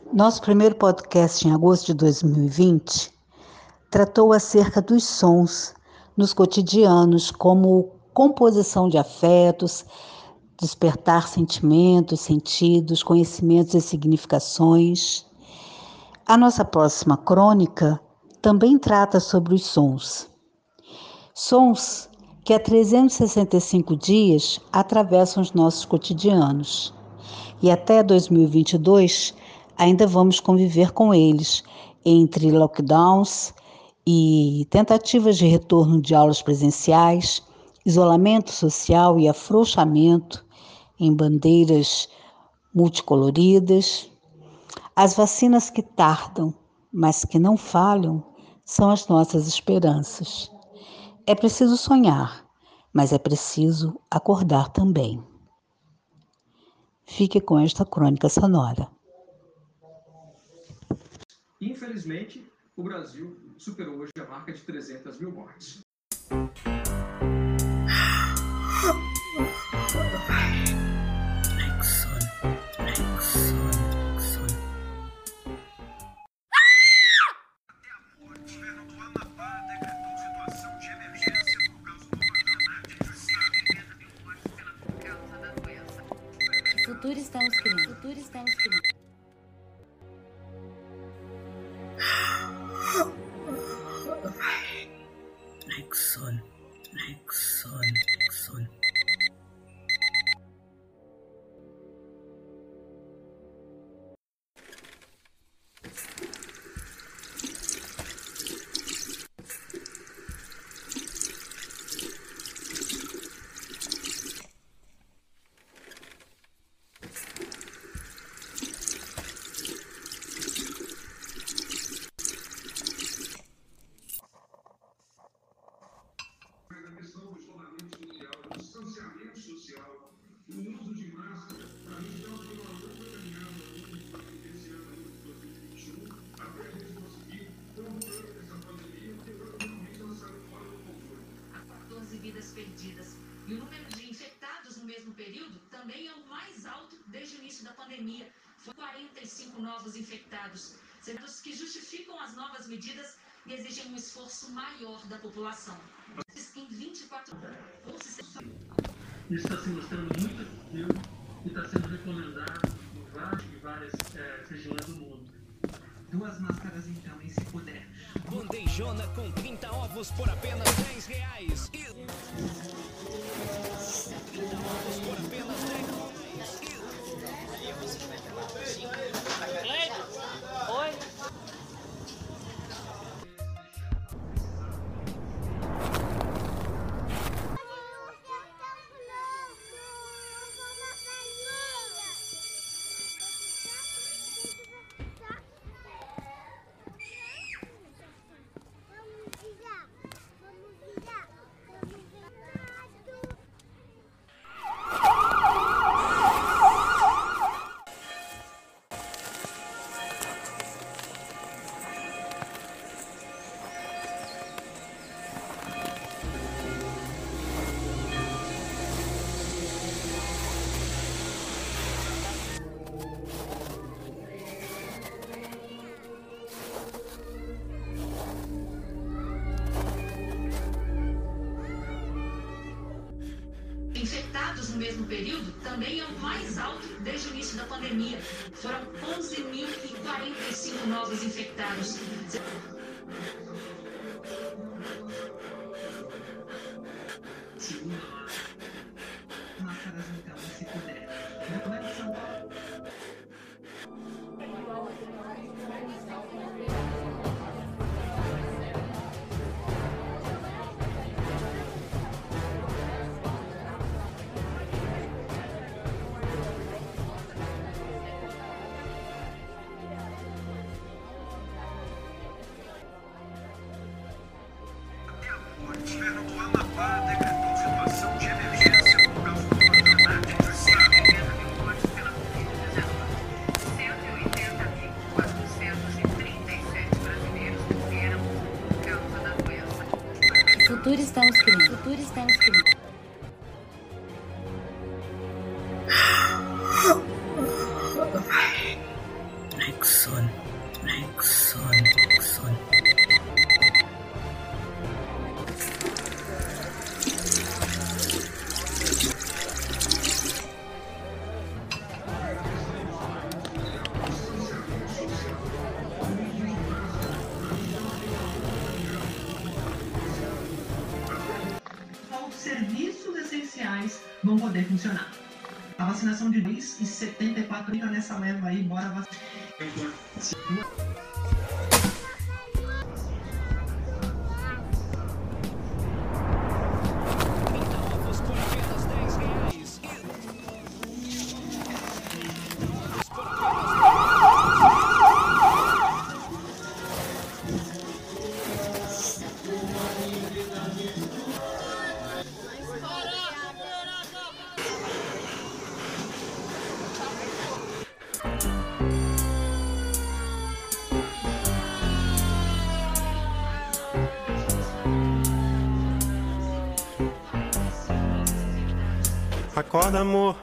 Nosso primeiro podcast em agosto de 2020 tratou acerca dos sons nos cotidianos, como composição de afetos, despertar sentimentos, sentidos, conhecimentos e significações. A nossa próxima crônica também trata sobre os sons. Sons que há 365 dias atravessam os nossos cotidianos. E até 2022 ainda vamos conviver com eles, entre lockdowns e tentativas de retorno de aulas presenciais, isolamento social e afrouxamento em bandeiras multicoloridas. As vacinas que tardam, mas que não falham, são as nossas esperanças. É preciso sonhar, mas é preciso acordar também. Fique com esta crônica sonora. Infelizmente, o Brasil superou hoje a marca de 300 mil mortes. Futuro estamos criando. Nexon. Vidas perdidas. E o número de infectados no mesmo período também é o mais alto desde o início da pandemia. Foram 45 novos infectados, sendo os que justificam as novas medidas e exigem um esforço maior da população. Em 24 horas. Isso está se mostrando muito efetivo e está sendo recomendado em várias regiões do mundo. 2 máscaras então, e se puder. Bandejona com 30 ovos por apenas R$10. 30 ovos por apenas R$10. Oi? Infectados no mesmo período também é o mais alto desde o início da pandemia. Foram 11.045 novos infectados. Máscaras então, e se puder. Documento São Paulo. O governo do Amapá decretou situação de emergência por causa do coronavírus. 180.437 brasileiros morreram por causa da doença. Futuro estamos criando. Nexon. vão poder funcionar. A vacinação de 2 e 74 fica nessa leva aí, bora vacinar. Ovos por apenas R$10. Acorda, amor.